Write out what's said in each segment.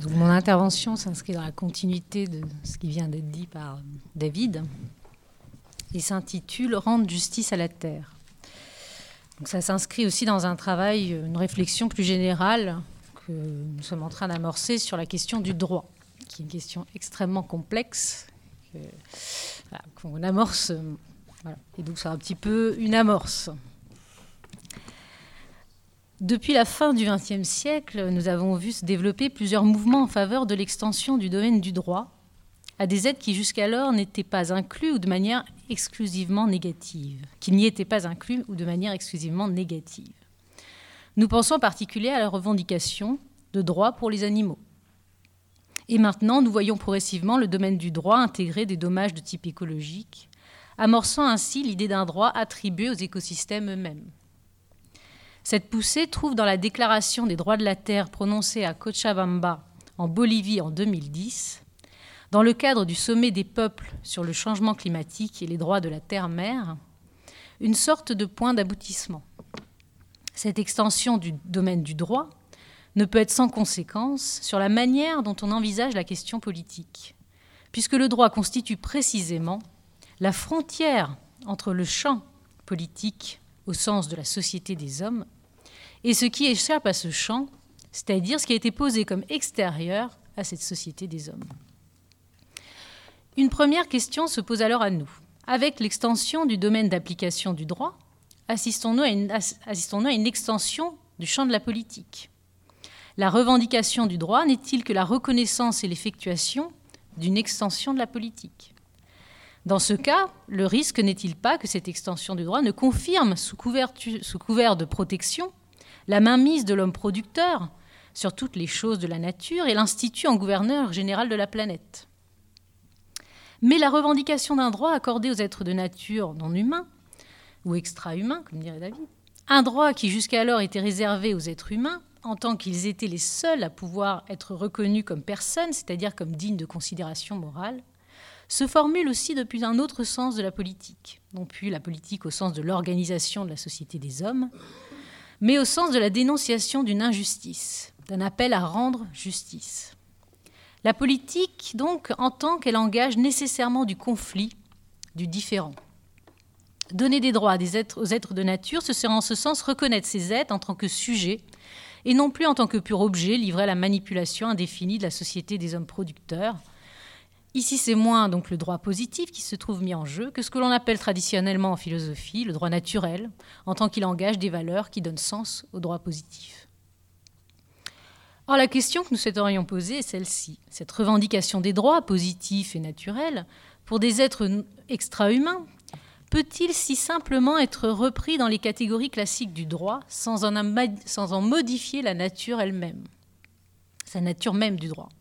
Donc, mon intervention s'inscrit dans la continuité de ce qui vient d'être dit par David et s'intitule « Rendre justice à la terre ». Donc, ça s'inscrit aussi dans un travail, une réflexion plus générale que nous sommes en train d'amorcer sur la question du droit, qui est une question extrêmement complexe qu'on amorce. Voilà. Et donc, c'est un petit peu une amorce. Depuis la fin du XXe siècle, nous avons vu se développer plusieurs mouvements en faveur de l'extension du domaine du droit à des aides qui jusqu'alors n'étaient pas inclus ou de manière exclusivement négative, Nous pensons en particulier à la revendication de droits pour les animaux. Et maintenant, nous voyons progressivement le domaine du droit intégrer des dommages de type écologique, amorçant ainsi l'idée d'un droit attribué aux écosystèmes eux-mêmes. Cette poussée trouve dans la Déclaration des droits de la terre prononcée à Cochabamba, en Bolivie, en 2010, dans le cadre du sommet des peuples sur le changement climatique et les droits de la terre-mère, une sorte de point d'aboutissement. Cette extension du domaine du droit ne peut être sans conséquence sur la manière dont on envisage la question politique, puisque le droit constitue précisément la frontière entre le champ politique au sens de la société des hommes, et ce qui échappe à ce champ, c'est-à-dire ce qui a été posé comme extérieur à cette société des hommes. Une première question se pose alors à nous. Avec l'extension du domaine d'application du droit, assistons-nous à une extension du champ de la politique? La revendication du droit n'est-il que la reconnaissance et l'effectuation d'une extension de la politique? Dans ce cas, le risque n'est-il pas que cette extension du droit ne confirme, sous couvert de protection, la mainmise de l'homme producteur sur toutes les choses de la nature et l'institue en gouverneur général de la planète? Mais la revendication d'un droit accordé aux êtres de nature non humains, ou extra-humains, comme dirait David, un droit qui jusqu'alors était réservé aux êtres humains, en tant qu'ils étaient les seuls à pouvoir être reconnus comme personnes, c'est-à-dire comme dignes de considération morale, se formule aussi depuis un autre sens de la politique, non plus la politique au sens de l'organisation de la société des hommes, mais au sens de la dénonciation d'une injustice, d'un appel à rendre justice. La politique, donc, entend qu'elle engage nécessairement du conflit, du différent. Donner des droits aux êtres de nature, ce serait en ce sens reconnaître ces êtres en tant que sujets, et non plus en tant que pur objet livré à la manipulation indéfinie de la société des hommes producteurs. Ici, c'est moins donc le droit positif qui se trouve mis en jeu que ce que l'on appelle traditionnellement en philosophie le droit naturel, en tant qu'il engage des valeurs qui donnent sens au droit positif. Or, la question que nous souhaiterions poser est celle-ci. Cette revendication des droits positifs et naturels pour des êtres extra-humains peut-il si simplement être repris dans les catégories classiques du droit sans en modifier la nature elle-même, sa nature même du droit?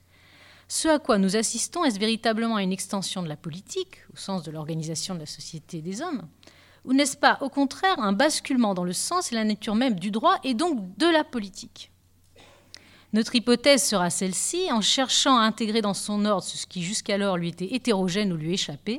Ce à quoi nous assistons, est-ce véritablement une extension de la politique, au sens de l'organisation de la société des hommes, ou n'est-ce pas, au contraire, un basculement dans le sens et la nature même du droit et donc de la politique? Notre hypothèse sera celle-ci, en cherchant à intégrer dans son ordre ce qui jusqu'alors lui était hétérogène ou lui échappait,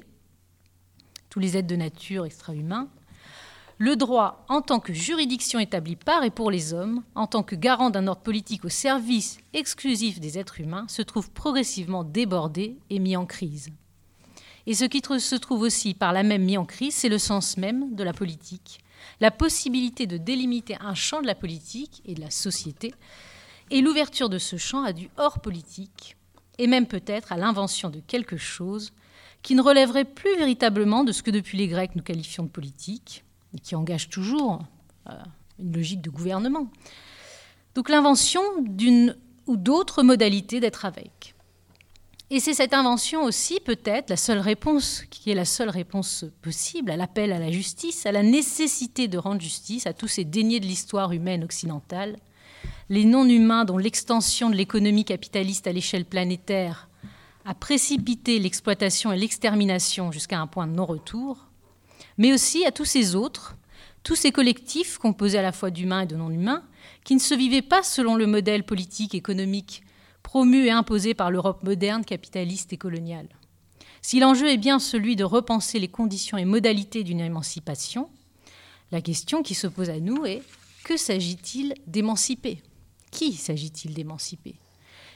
tous les êtres de nature extra-humains, le droit en tant que juridiction établie par et pour les hommes, en tant que garant d'un ordre politique au service exclusif des êtres humains, se trouve progressivement débordé et mis en crise. Et ce qui se trouve aussi par là même mis en crise, c'est le sens même de la politique, la possibilité de délimiter un champ de la politique et de la société, et l'ouverture de ce champ à du hors politique, et même peut-être à l'invention de quelque chose qui ne relèverait plus véritablement de ce que depuis les Grecs nous qualifions de politique, et qui engage toujours une logique de gouvernement. Donc l'invention d'une ou d'autres modalités d'être avec. Et c'est cette invention aussi peut-être la seule réponse, qui est la seule réponse possible à l'appel à la justice, à la nécessité de rendre justice à tous ces déniés de l'histoire humaine occidentale, les non-humains dont l'extension de l'économie capitaliste à l'échelle planétaire a précipité l'exploitation et l'extermination jusqu'à un point de non-retour, mais aussi à tous ces autres, tous ces collectifs composés à la fois d'humains et de non-humains, qui ne se vivaient pas selon le modèle politique, économique, promu et imposé par l'Europe moderne, capitaliste et coloniale. Si l'enjeu est bien celui de repenser les conditions et modalités d'une émancipation, la question qui se pose à nous est: que s'agit-il d'émanciper? Qui s'agit-il d'émanciper?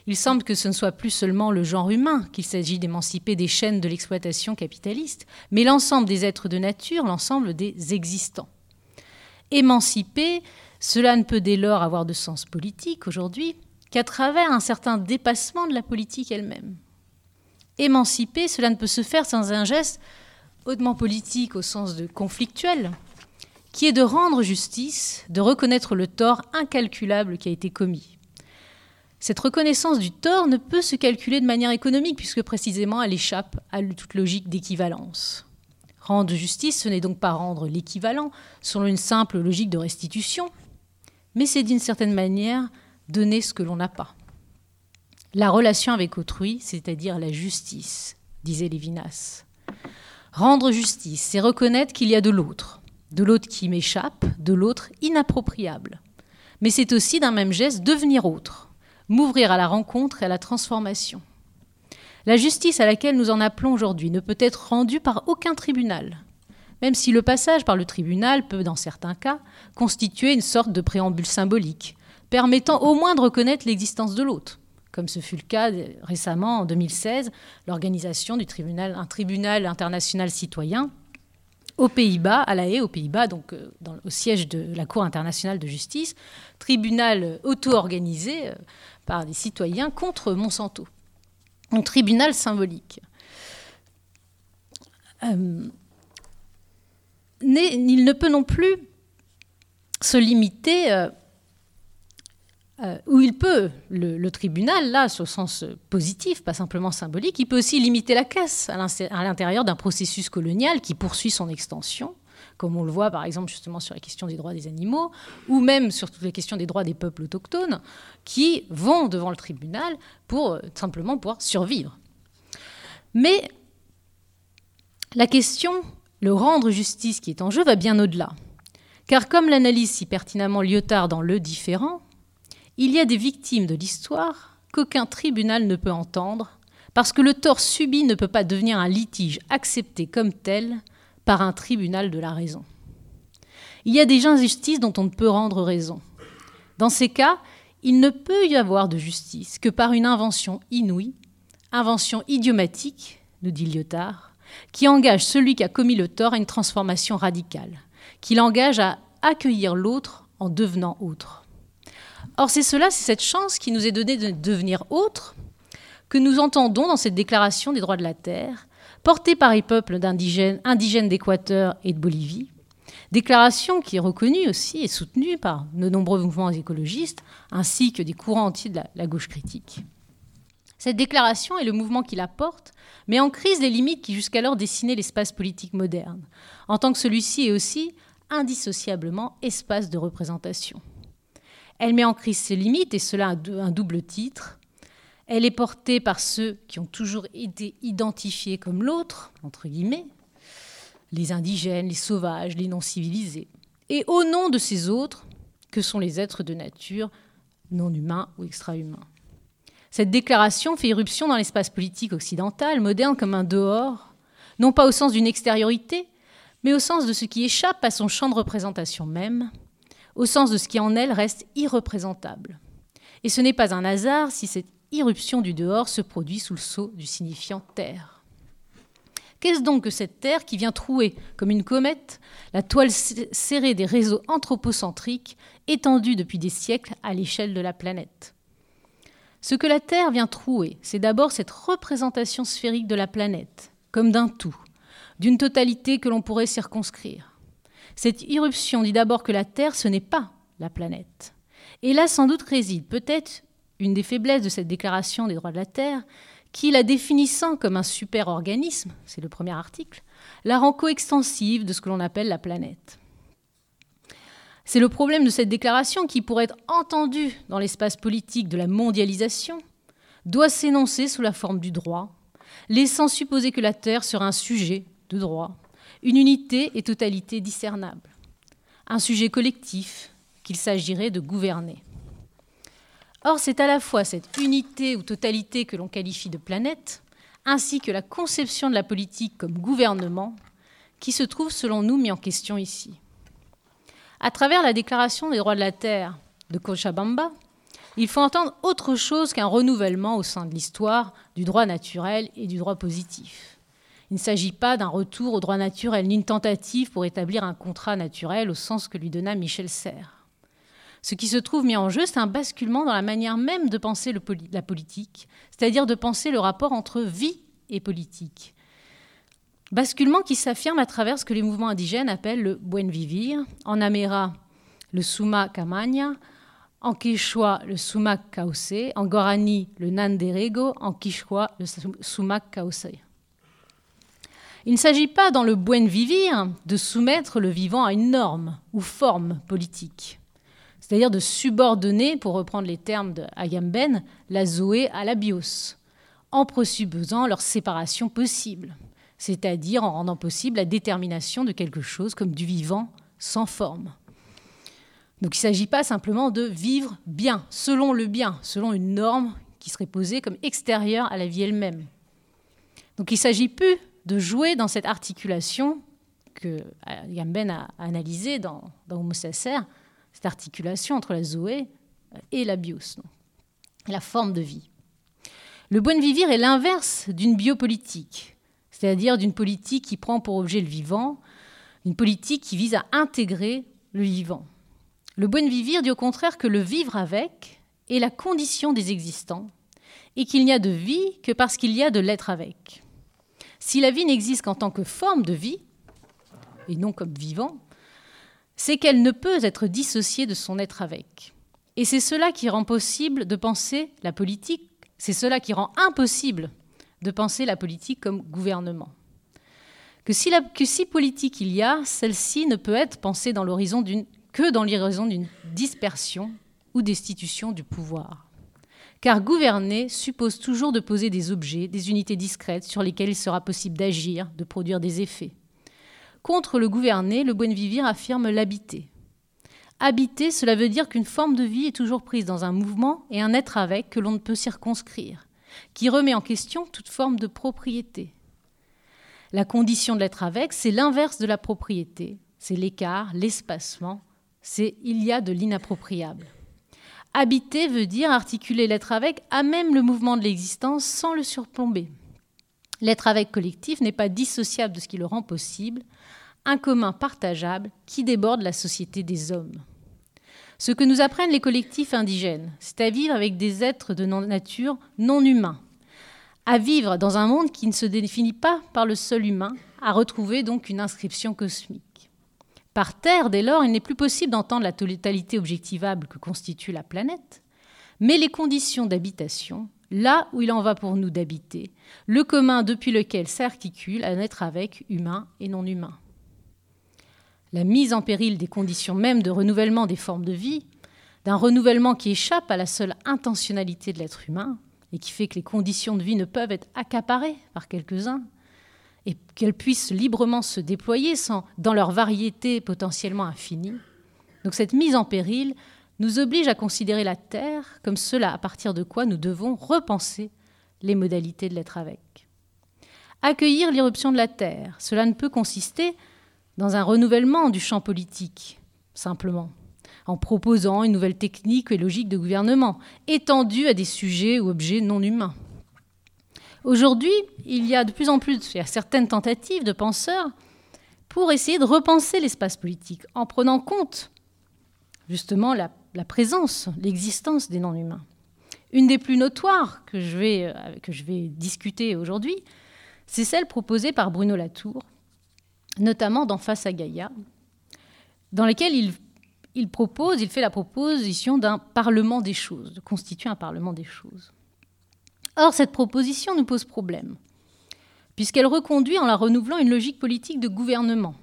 Il semble que ce ne soit plus seulement le genre humain qu'il s'agit d'émanciper des chaînes de l'exploitation capitaliste, mais l'ensemble des êtres de nature, l'ensemble des existants. Émanciper, cela ne peut dès lors avoir de sens politique aujourd'hui qu'à travers un certain dépassement de la politique elle-même. Émanciper, cela ne peut se faire sans un geste hautement politique au sens de conflictuel, qui est de rendre justice, de reconnaître le tort incalculable qui a été commis. Cette reconnaissance du tort ne peut se calculer de manière économique, puisque précisément elle échappe à toute logique d'équivalence. Rendre justice, ce n'est donc pas rendre l'équivalent selon une simple logique de restitution, mais c'est d'une certaine manière donner ce que l'on n'a pas. La relation avec autrui, c'est-à-dire la justice, disait Lévinas. Rendre justice, c'est reconnaître qu'il y a de l'autre qui m'échappe, de l'autre inappropriable. Mais c'est aussi d'un même geste devenir autre, m'ouvrir à la rencontre et à la transformation. La justice à laquelle nous en appelons aujourd'hui ne peut être rendue par aucun tribunal, même si le passage par le tribunal peut, dans certains cas, constituer une sorte de préambule symbolique, permettant au moins de reconnaître l'existence de l'autre, comme ce fut le cas récemment, en 2016, l'organisation d'un tribunal international citoyen aux Pays-Bas, à La Haye, aux Pays-Bas, donc au siège de la Cour internationale de justice, tribunal auto-organisé par des citoyens contre Monsanto. Un tribunal symbolique. Il ne peut non plus se limiter, où il peut, le tribunal, là, au sens positif, pas simplement symbolique, il peut aussi limiter la casse à l'intérieur d'un processus colonial qui poursuit son extension, comme on le voit par exemple justement sur la question des droits des animaux, ou même sur toutes les questions des droits des peuples autochtones, qui vont devant le tribunal pour simplement pouvoir survivre. Mais la question, le rendre justice qui est en jeu, va bien au-delà. Car comme l'analyse si pertinemment Lyotard dans Le Différent, il y a des victimes de l'histoire qu'aucun tribunal ne peut entendre, parce que le tort subi ne peut pas devenir un litige accepté comme tel par un tribunal de la raison. Il y a des injustices dont on ne peut rendre raison. Dans ces cas, il ne peut y avoir de justice que par une invention inouïe, invention idiomatique, nous dit Lyotard, qui engage celui qui a commis le tort à une transformation radicale, qui l'engage à accueillir l'autre en devenant autre. Or, c'est cette chance qui nous est donnée de devenir autre, que nous entendons dans cette déclaration des droits de la terre, portée par les peuples indigènes d'Équateur et de Bolivie, déclaration qui est reconnue aussi et soutenue par de nombreux mouvements écologistes, ainsi que des courants entiers de la gauche critique. Cette déclaration et le mouvement qui la porte met en crise les limites qui jusqu'alors dessinaient l'espace politique moderne, en tant que celui-ci est aussi indissociablement espace de représentation. Elle met en crise ses limites, et cela a un double titre. Elle est portée par ceux qui ont toujours été identifiés comme l'autre, entre guillemets, les indigènes, les sauvages, les non-civilisés, et au nom de ces autres, que sont les êtres de nature non humains ou extra-humains. Cette déclaration fait irruption dans l'espace politique occidental, moderne, comme un dehors, non pas au sens d'une extériorité, mais au sens de ce qui échappe à son champ de représentation même, au sens de ce qui en elle reste irreprésentable. Et ce n'est pas un hasard si cette irruption du dehors se produit sous le sceau du signifiant terre. Qu'est-ce donc que cette terre qui vient trouer, comme une comète, la toile serrée des réseaux anthropocentriques étendus depuis des siècles à l'échelle de la planète ? Ce que la Terre vient trouer, c'est d'abord cette représentation sphérique de la planète, comme d'un tout, d'une totalité que l'on pourrait circonscrire. Cette irruption dit d'abord que la Terre, ce n'est pas la planète. Et là, sans doute, réside peut-être une des faiblesses de cette déclaration des droits de la Terre, qui, la définissant comme un super-organisme, c'est le premier article, la rend coextensive de ce que l'on appelle la planète. C'est le problème de cette déclaration qui, pour être entendue dans l'espace politique de la mondialisation, doit s'énoncer sous la forme du droit, laissant supposer que la Terre sera un sujet de droit, une unité et totalité discernables, un sujet collectif qu'il s'agirait de gouverner. Or, c'est à la fois cette unité ou totalité que l'on qualifie de planète, ainsi que la conception de la politique comme gouvernement, qui se trouve, selon nous, mis en question ici. À travers la Déclaration des droits de la Terre de Cochabamba, il faut entendre autre chose qu'un renouvellement au sein de l'histoire du droit naturel et du droit positif. Il ne s'agit pas d'un retour au droit naturel, ni une tentative pour établir un contrat naturel au sens que lui donna Michel Serres. Ce qui se trouve mis en jeu, c'est un basculement dans la manière même de penser la politique, c'est-à-dire de penser le rapport entre vie et politique. Basculement qui s'affirme à travers ce que les mouvements indigènes appellent le buen vivir, en Améra le suma kamanya, en Quechua le sumac cauce, en Guarani le nanderego, en Quichua le sumac cauce. Il ne s'agit pas dans le buen vivir de soumettre le vivant à une norme ou forme politique, c'est-à-dire de subordonner, pour reprendre les termes de Agamben, la zoé à la bios, en présupposant leur séparation possible, c'est-à-dire en rendant possible la détermination de quelque chose comme du vivant sans forme. Donc il ne s'agit pas simplement de vivre bien, selon une norme qui serait posée comme extérieure à la vie elle-même. Donc il ne s'agit plus de jouer dans cette articulation que Agamben a analysée dans Homo sacer, cette articulation entre la zoé et la bios, la forme de vie. Le buen vivir est l'inverse d'une biopolitique, c'est-à-dire d'une politique qui prend pour objet le vivant, une politique qui vise à intégrer le vivant. Le buen vivir dit au contraire que le vivre avec est la condition des existants et qu'il n'y a de vie que parce qu'il y a de l'être avec. Si la vie n'existe qu'en tant que forme de vie, et non comme vivant, c'est qu'elle ne peut être dissociée de son être avec. Et c'est cela qui rend possible de penser la politique, c'est cela qui rend impossible de penser la politique comme gouvernement. Que si politique il y a, celle-ci ne peut être pensée que dans l'horizon d'une dispersion ou destitution du pouvoir. Car gouverner suppose toujours de poser des objets, des unités discrètes sur lesquelles il sera possible d'agir, de produire des effets. Contre le gouverner, le buen vivir affirme l'habiter. Habiter, cela veut dire qu'une forme de vie est toujours prise dans un mouvement et un être avec que l'on ne peut circonscrire, qui remet en question toute forme de propriété. La condition de l'être avec, c'est l'inverse de la propriété, c'est l'écart, l'espacement, c'est il y a de l'inappropriable. Habiter veut dire articuler l'être avec à même le mouvement de l'existence sans le surplomber. L'être avec collectif n'est pas dissociable de ce qui le rend possible, un commun partageable qui déborde la société des hommes. Ce que nous apprennent les collectifs indigènes, c'est à vivre avec des êtres de nature non humains, à vivre dans un monde qui ne se définit pas par le seul humain, à retrouver donc une inscription cosmique. Par terre, dès lors, il n'est plus possible d'entendre la totalité objectivable que constitue la planète, mais les conditions d'habitation, là où il en va pour nous d'habiter, le commun depuis lequel s'articule un être avec humain et non humain. La mise en péril des conditions même de renouvellement des formes de vie, d'un renouvellement qui échappe à la seule intentionnalité de l'être humain et qui fait que les conditions de vie ne peuvent être accaparées par quelques-uns, et qu'elles puissent librement se déployer dans leur variété potentiellement infinie. Donc cette mise en péril nous oblige à considérer la Terre comme cela à partir de quoi nous devons repenser les modalités de l'être avec. Accueillir l'irruption de la Terre, cela ne peut consister dans un renouvellement du champ politique, simplement, en proposant une nouvelle technique et logique de gouvernement, étendue à des sujets ou objets non humains. Aujourd'hui, il y a de plus en plus certaines tentatives de penseurs pour essayer de repenser l'espace politique en prenant compte justement la présence, l'existence des non-humains. Une des plus notoires que je vais discuter aujourd'hui, c'est celle proposée par Bruno Latour, notamment dans Face à Gaïa, dans laquelle il fait la proposition d'un parlement des choses, de constituer un parlement des choses. Or, cette proposition nous pose problème, puisqu'elle reconduit en la renouvelant une logique politique de gouvernement,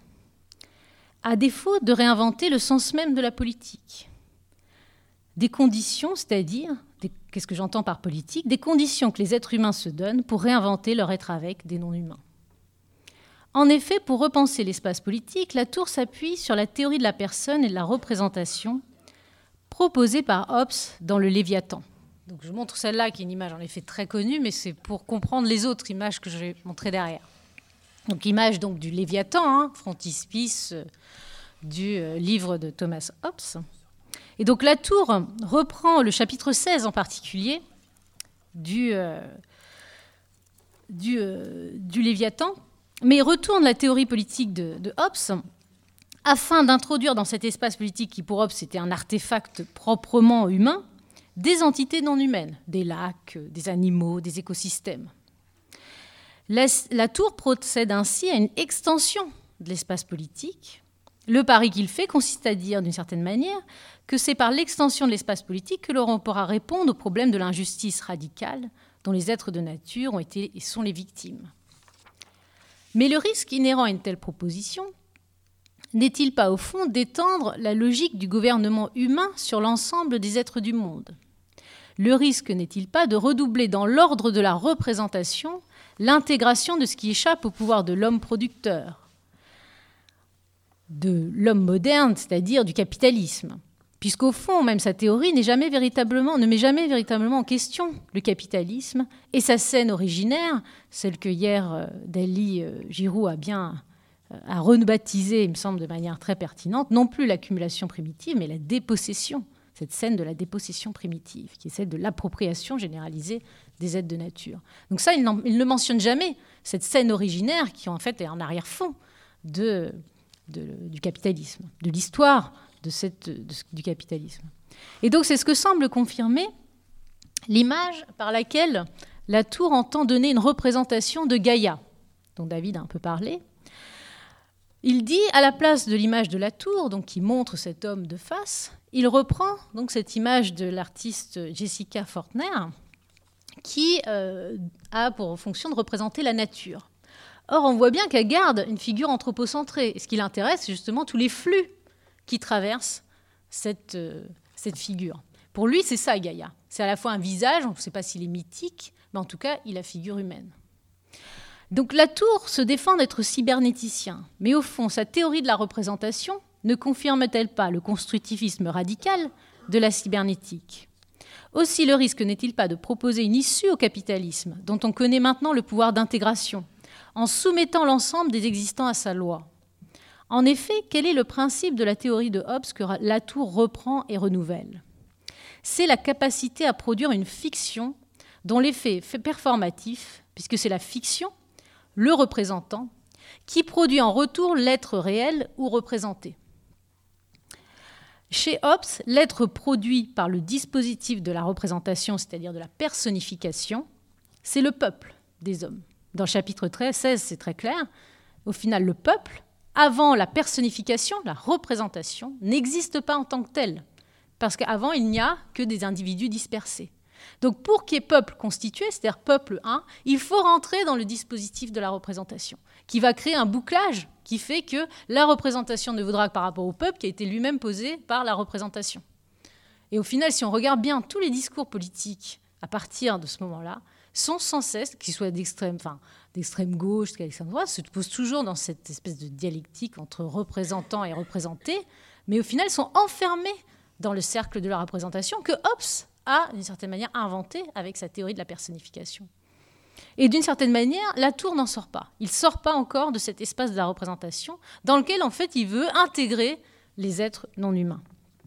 à défaut de réinventer le sens même de la politique. Des conditions, c'est-à-dire, qu'est-ce que j'entends par politique ? Des conditions que les êtres humains se donnent pour réinventer leur être avec des non-humains. En effet, pour repenser l'espace politique, Latour s'appuie sur la théorie de la personne et de la représentation proposée par Hobbes dans le Léviathan. Donc je montre celle-là qui est une image en effet très connue, mais c'est pour comprendre les autres images que je vais montrer derrière. Donc image donc, du Léviathan, frontispice du livre de Thomas Hobbes. Et donc Latour reprend le chapitre 16 en particulier du Léviathan, mais retourne la théorie politique de Hobbes afin d'introduire dans cet espace politique qui pour Hobbes était un artefact proprement humain, des entités non humaines, des lacs, des animaux, des écosystèmes. Latour procède ainsi à une extension de l'espace politique. Le pari qu'il fait consiste à dire, d'une certaine manière, que c'est par l'extension de l'espace politique que l'on pourra répondre au problème de l'injustice radicale dont les êtres de nature ont été et sont les victimes. Mais le risque inhérent à une telle proposition n'est-il pas au fond d'étendre la logique du gouvernement humain sur l'ensemble des êtres du monde ? Le risque n'est-il pas de redoubler dans l'ordre de la représentation l'intégration de ce qui échappe au pouvoir de l'homme producteur, de l'homme moderne, c'est-à-dire du capitalisme, puisqu'au fond, même sa théorie ne met jamais véritablement en question le capitalisme et sa scène originaire, celle que hier Dali Giroux a rebaptisée, il me semble, de manière très pertinente, non plus l'accumulation primitive, mais la dépossession, cette scène de la dépossession primitive, qui est celle de l'appropriation généralisée des êtres de nature. Donc ça, il ne mentionne jamais, cette scène originaire qui en fait est en arrière-fond du capitalisme, de l'histoire du capitalisme. Et donc c'est ce que semble confirmer l'image par laquelle Latour entend donner une représentation de Gaïa, dont David a un peu parlé. Il dit, à la place de l'image de Latour, donc qui montre cet homme de face, il reprend donc cette image de l'artiste Jessica Fortner, qui a pour fonction de représenter la nature. Or, on voit bien qu'elle garde une figure anthropocentrée. Et ce qui l'intéresse, c'est justement tous les flux qui traversent cette figure. Pour lui, c'est ça, Gaïa. C'est à la fois un visage, on ne sait pas s'il est mythique, mais en tout cas, il a figure humaine. Donc Latour se défend d'être cybernéticien, mais au fond, sa théorie de la représentation ne confirme-t-elle pas le constructivisme radical de la cybernétique ? Aussi, le risque n'est-il pas de proposer une issue au capitalisme, dont on connaît maintenant le pouvoir d'intégration, en soumettant l'ensemble des existants à sa loi ? En effet, quel est le principe de la théorie de Hobbes que Latour reprend et renouvelle ? C'est la capacité à produire une fiction dont l'effet est performatif, puisque c'est la fiction, le représentant, qui produit en retour l'être réel ou représenté. Chez Hobbes, l'être produit par le dispositif de la représentation, c'est-à-dire de la personnification, c'est le peuple des hommes. Dans le chapitre 16, c'est très clair. Au final, le peuple, avant la personnification, la représentation, n'existe pas en tant que tel. Parce qu'avant, il n'y a que des individus dispersés. Donc pour qu'il y ait peuple constitué, c'est-à-dire peuple 1, il faut rentrer dans le dispositif de la représentation, qui va créer un bouclage qui fait que la représentation ne vaudra que par rapport au peuple qui a été lui-même posé par la représentation. Et au final, si on regarde bien tous les discours politiques à partir de ce moment-là, sont sans cesse, qu'ils soient d'extrême gauche jusqu'à l'extrême droite, se posent toujours dans cette espèce de dialectique entre représentants et représentés, mais au final sont enfermés dans le cercle de la représentation que Hobbes a, d'une certaine manière, inventé avec sa théorie de la personnification. Et d'une certaine manière, Latour n'en sort pas. Il ne sort pas encore de cet espace de la représentation dans lequel, en fait, il veut intégrer les êtres non humains.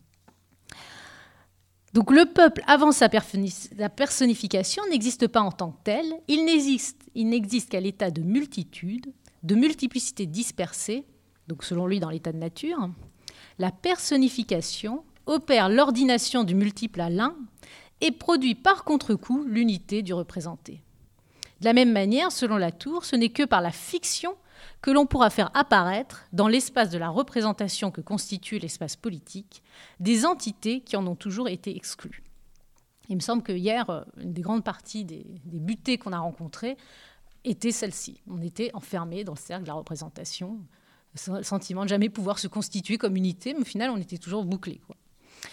Donc le peuple, avant sa personnification, n'existe pas en tant que tel. Il n'existe qu'à l'état de multitude, de multiplicité dispersée, donc selon lui dans l'état de nature. La personnification opère l'ordination du multiple à l'un et produit par contre-coup l'unité du représenté. De la même manière, selon Latour, ce n'est que par la fiction que l'on pourra faire apparaître, dans l'espace de la représentation que constitue l'espace politique, des entités qui en ont toujours été exclues. Il me semble que hier, une des grandes parties des butées qu'on a rencontrées était celle-ci. On était enfermés dans le cercle de la représentation, le sentiment de jamais pouvoir se constituer comme unité, mais au final, on était toujours bouclés, quoi.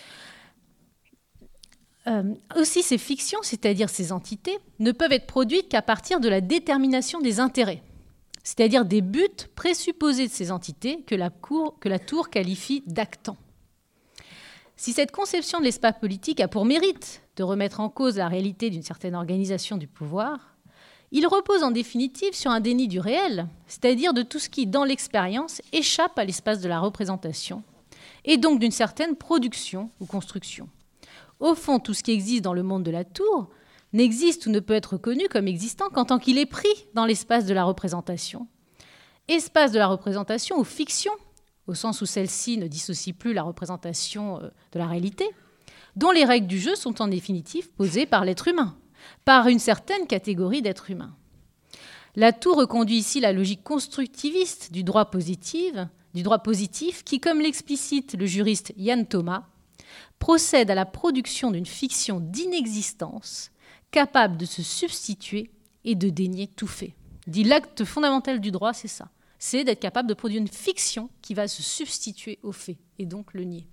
Aussi, ces fictions, c'est-à-dire ces entités, ne peuvent être produites qu'à partir de la détermination des intérêts, c'est-à-dire des buts présupposés de ces entités que la Tour qualifie d'actants. Si cette conception de l'espace politique a pour mérite de remettre en cause la réalité d'une certaine organisation du pouvoir, il repose en définitive sur un déni du réel, c'est-à-dire de tout ce qui, dans l'expérience, échappe à l'espace de la représentation, et donc d'une certaine production ou construction. Au fond, tout ce qui existe dans le monde de la tour n'existe ou ne peut être reconnu comme existant qu'en tant qu'il est pris dans l'espace de la représentation. Espace de la représentation ou fiction, au sens où celle-ci ne dissocie plus la représentation de la réalité, dont les règles du jeu sont en définitive posées par l'être humain, par une certaine catégorie d'êtres humains. La tour reconduit ici la logique constructiviste du droit positif qui, comme l'explicite le juriste Yann Thomas, procède à la production d'une fiction d'inexistence capable de se substituer et de dénier tout fait. Dit l'acte fondamental du droit, c'est ça. C'est d'être capable de produire une fiction qui va se substituer au fait et donc le nier.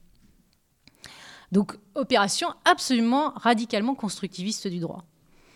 Donc, opération absolument radicalement constructiviste du droit.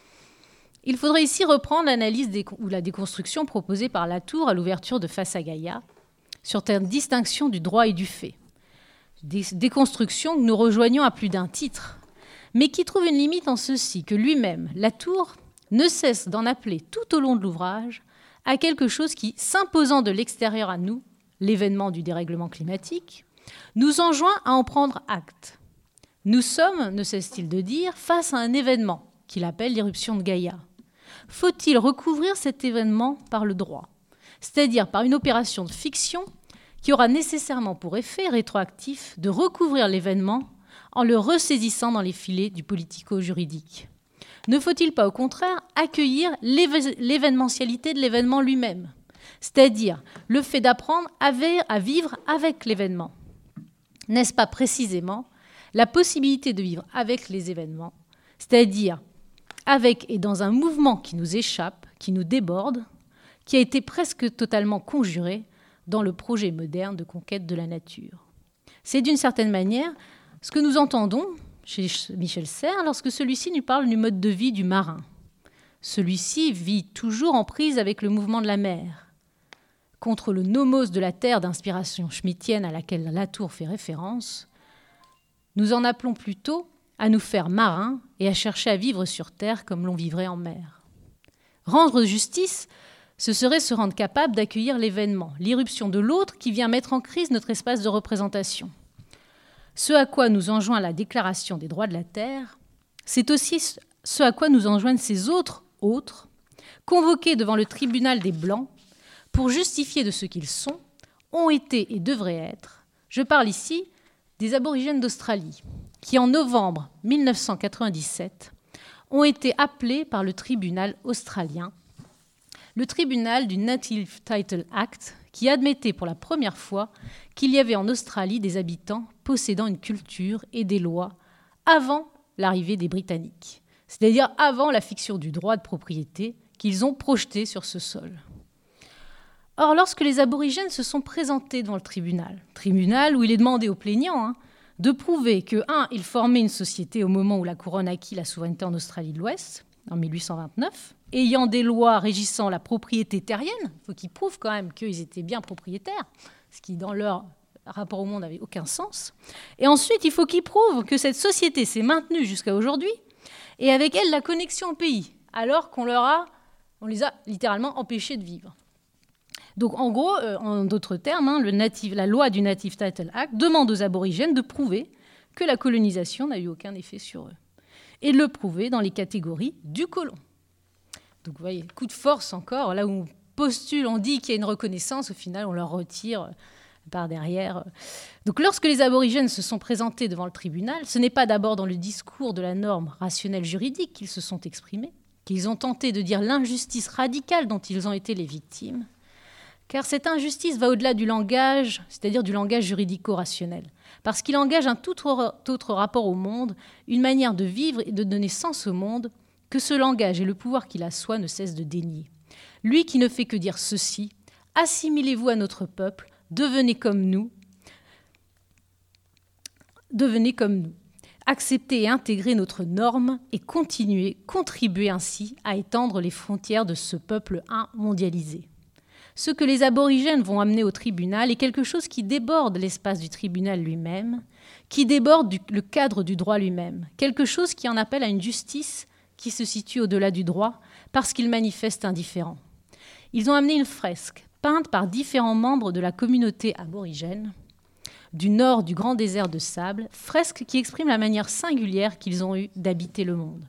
Il faudrait ici reprendre l'analyse ou la déconstruction proposée par Latour à l'ouverture de Face à Gaïa sur cette distinction du droit et du fait. Déconstruction que nous rejoignons à plus d'un titre, mais qui trouve une limite en ceci, que lui-même, Latour, ne cesse d'en appeler tout au long de l'ouvrage à quelque chose qui, s'imposant de l'extérieur à nous, l'événement du dérèglement climatique, nous enjoint à en prendre acte. Nous sommes, ne cesse-t-il de dire, face à un événement qu'il appelle l'irruption de Gaïa. Faut-il recouvrir cet événement par le droit, c'est-à-dire par une opération de fiction qui aura nécessairement pour effet rétroactif de recouvrir l'événement en le ressaisissant dans les filets du politico-juridique? Ne faut-il pas au contraire accueillir l'événementialité de l'événement lui-même, c'est-à-dire le fait d'apprendre à vivre avec l'événement? N'est-ce pas précisément la possibilité de vivre avec les événements, c'est-à-dire avec et dans un mouvement qui nous échappe, qui nous déborde, qui a été presque totalement conjuré dans le projet moderne de conquête de la nature? C'est d'une certaine manière ce que nous entendons chez Michel Serres lorsque celui-ci nous parle du mode de vie du marin. Celui-ci vit toujours en prise avec le mouvement de la mer. Contre le nomos de la terre d'inspiration schmittienne à laquelle Latour fait référence, nous en appelons plutôt à nous faire marins et à chercher à vivre sur terre comme l'on vivrait en mer. Rendre justice, ce serait se rendre capable d'accueillir l'événement, l'irruption de l'autre qui vient mettre en crise notre espace de représentation. Ce à quoi nous enjoint la Déclaration des droits de la Terre, c'est aussi ce à quoi nous enjoignent ces autres, convoqués devant le tribunal des Blancs pour justifier de ce qu'ils sont, ont été et devraient être. Je parle ici des aborigènes d'Australie, qui en novembre 1997 ont été appelés par le tribunal australien, le tribunal du Native Title Act, qui admettait pour la première fois qu'il y avait en Australie des habitants possédant une culture et des lois avant l'arrivée des Britanniques, c'est-à-dire avant la fiction du droit de propriété qu'ils ont projeté sur ce sol. Or, lorsque les aborigènes se sont présentés devant le tribunal où il est demandé aux plaignants de prouver que, 1, ils formaient une société au moment où la couronne acquit la souveraineté en Australie de l'Ouest, en 1829, ayant des lois régissant la propriété terrienne, il faut qu'ils prouvent quand même qu'ils étaient bien propriétaires, ce qui, dans leur rapport au monde, n'avait aucun sens. Et ensuite, il faut qu'ils prouvent que cette société s'est maintenue jusqu'à aujourd'hui, et avec elle, la connexion au pays, alors qu'on les a littéralement empêchés de vivre. Donc, en gros, en d'autres termes, la loi du Native Title Act demande aux aborigènes de prouver que la colonisation n'a eu aucun effet sur eux. Et de le prouver dans les catégories du colon. Donc, vous voyez, coup de force encore, là où on postule, on dit qu'il y a une reconnaissance, au final, on leur retire par derrière. Donc, lorsque les aborigènes se sont présentés devant le tribunal, ce n'est pas d'abord dans le discours de la norme rationnelle juridique qu'ils se sont exprimés, qu'ils ont tenté de dire l'injustice radicale dont ils ont été les victimes, car cette injustice va au-delà du langage, c'est-à-dire du langage juridico-rationnel, parce qu'il engage un tout autre rapport au monde, une manière de vivre et de donner sens au monde que ce langage et le pouvoir qu'il assoit ne cessent de dénier. Lui qui ne fait que dire ceci, assimilez-vous à notre peuple, devenez comme nous, acceptez et intégrez notre norme et contribuez ainsi à étendre les frontières de ce peuple mondialisé. Ce que les aborigènes vont amener au tribunal est quelque chose qui déborde l'espace du tribunal lui-même, qui déborde le cadre du droit lui-même, quelque chose qui en appelle à une justice qui se situe au-delà du droit parce qu'il manifeste indifférent. Ils ont amené une fresque peinte par différents membres de la communauté aborigène, du nord du grand désert de sable, fresques qui expriment la manière singulière qu'ils ont eue d'habiter le monde.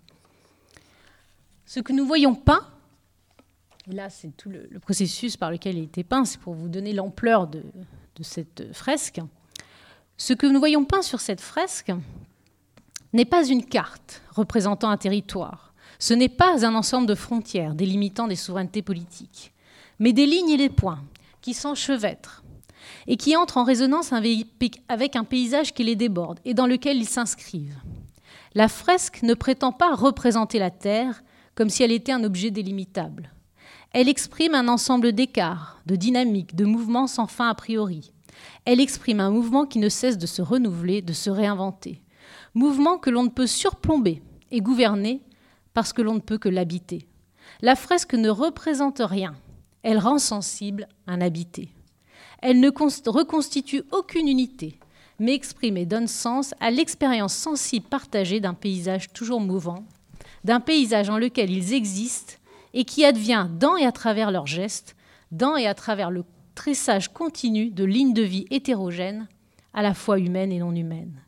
Ce que nous voyons peint, et là c'est tout le processus par lequel il a été peint, c'est pour vous donner l'ampleur de cette fresque, ce que nous voyons peint sur cette fresque n'est pas une carte représentant un territoire, ce n'est pas un ensemble de frontières délimitant des souverainetés politiques, mais des lignes et des points qui s'enchevêtrent et qui entrent en résonance avec un paysage qui les déborde et dans lequel ils s'inscrivent. La fresque ne prétend pas représenter la Terre comme si elle était un objet délimitable. Elle exprime un ensemble d'écarts, de dynamiques, de mouvements sans fin a priori. Elle exprime un mouvement qui ne cesse de se renouveler, de se réinventer. Mouvement que l'on ne peut surplomber et gouverner parce que l'on ne peut que l'habiter. La fresque ne représente rien. Elle rend sensible un habité. Elle ne reconstitue aucune unité, mais exprime et donne sens à l'expérience sensible partagée d'un paysage toujours mouvant, d'un paysage en lequel ils existent et qui advient dans et à travers leurs gestes, dans et à travers le tressage continu de lignes de vie hétérogènes, à la fois humaines et non humaines.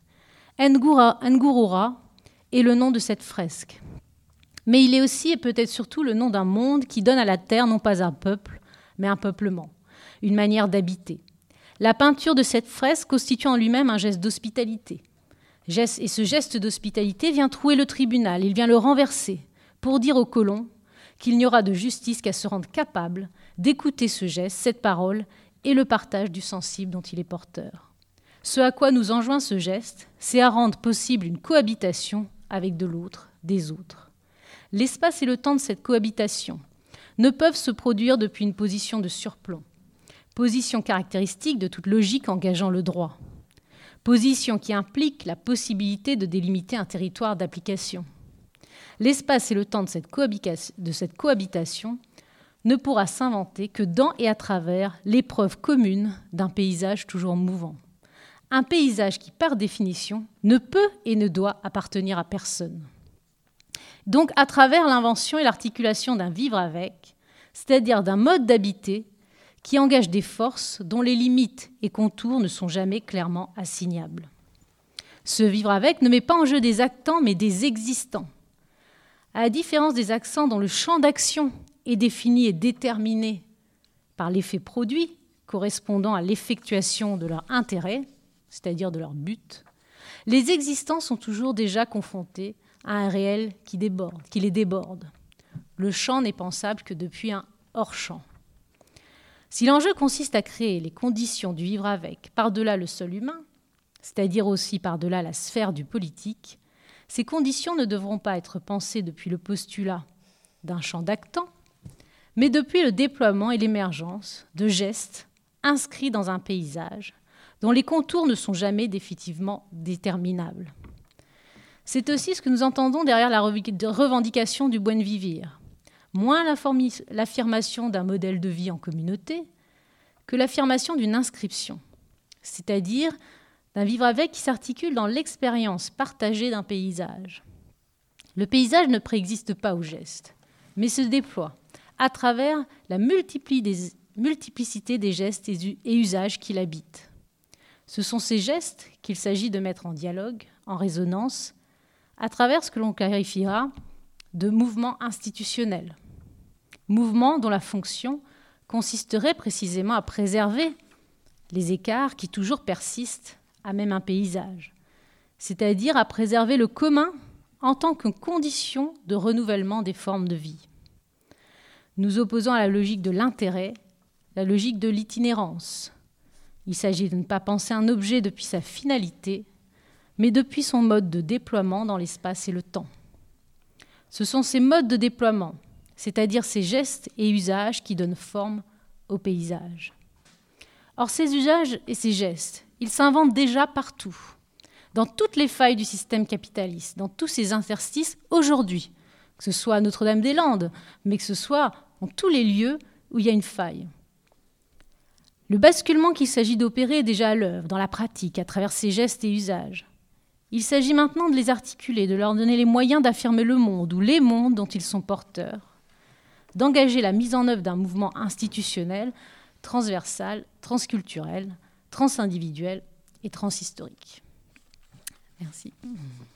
Ngurura est le nom de cette fresque. Mais il est aussi et peut-être surtout le nom d'un monde qui donne à la terre non pas un peuple, mais un peuplement, une manière d'habiter. La peinture de cette fresque constitue en lui-même un geste d'hospitalité. Et ce geste d'hospitalité vient trouer le tribunal, il vient le renverser, pour dire aux colons qu'il n'y aura de justice qu'à se rendre capable d'écouter ce geste, cette parole et le partage du sensible dont il est porteur. Ce à quoi nous enjoint ce geste, c'est à rendre possible une cohabitation avec de l'autre, des autres. L'espace et le temps de cette cohabitation ne peuvent se produire depuis une position de surplomb, position caractéristique de toute logique engageant le droit, position qui implique la possibilité de délimiter un territoire d'application. L'espace et le temps de cette cohabitation ne pourra s'inventer que dans et à travers l'épreuve commune d'un paysage toujours mouvant. Un paysage qui, par définition, ne peut et ne doit appartenir à personne. Donc, à travers l'invention et l'articulation d'un vivre avec, c'est-à-dire d'un mode d'habiter qui engage des forces dont les limites et contours ne sont jamais clairement assignables. Ce vivre avec ne met pas en jeu des actants, mais des existants. À la différence des accents dont le champ d'action est défini et déterminé par l'effet produit, correspondant à l'effectuation de leur intérêt, c'est-à-dire de leur but, les existants sont toujours déjà confrontés à un réel qui les déborde. Le champ n'est pensable que depuis un hors-champ. Si l'enjeu consiste à créer les conditions du vivre avec par-delà le sol humain, c'est-à-dire aussi par-delà la sphère du politique, ces conditions ne devront pas être pensées depuis le postulat d'un champ d'actants, mais depuis le déploiement et l'émergence de gestes inscrits dans un paysage dont les contours ne sont jamais définitivement déterminables. C'est aussi ce que nous entendons derrière la revendication du buen vivir. Moins l'affirmation d'un modèle de vie en communauté que l'affirmation d'une inscription, c'est-à-dire d'un vivre avec qui s'articule dans l'expérience partagée d'un paysage. Le paysage ne préexiste pas au geste, mais se déploie à travers la multiplicité des gestes et usages qui l'habitent. Ce sont ces gestes qu'il s'agit de mettre en dialogue, en résonance, à travers ce que l'on qualifiera de mouvement institutionnel. Mouvement dont la fonction consisterait précisément à préserver les écarts qui toujours persistent à même un paysage, c'est-à-dire à préserver le commun en tant que condition de renouvellement des formes de vie. Nous opposons à la logique de l'intérêt la logique de l'itinérance. Il s'agit de ne pas penser un objet depuis sa finalité, mais depuis son mode de déploiement dans l'espace et le temps. Ce sont ces modes de déploiement, c'est-à-dire ces gestes et usages qui donnent forme au paysage. Or, ces usages et ces gestes, ils s'inventent déjà partout, dans toutes les failles du système capitaliste, dans tous ces interstices aujourd'hui, que ce soit à Notre-Dame-des-Landes, mais que ce soit dans tous les lieux où il y a une faille. Le basculement qu'il s'agit d'opérer est déjà à l'œuvre, dans la pratique, à travers ces gestes et usages. Il s'agit maintenant de les articuler, de leur donner les moyens d'affirmer le monde ou les mondes dont ils sont porteurs, d'engager la mise en œuvre d'un mouvement institutionnel, transversal, transculturel, transindividuel et transhistorique. Merci.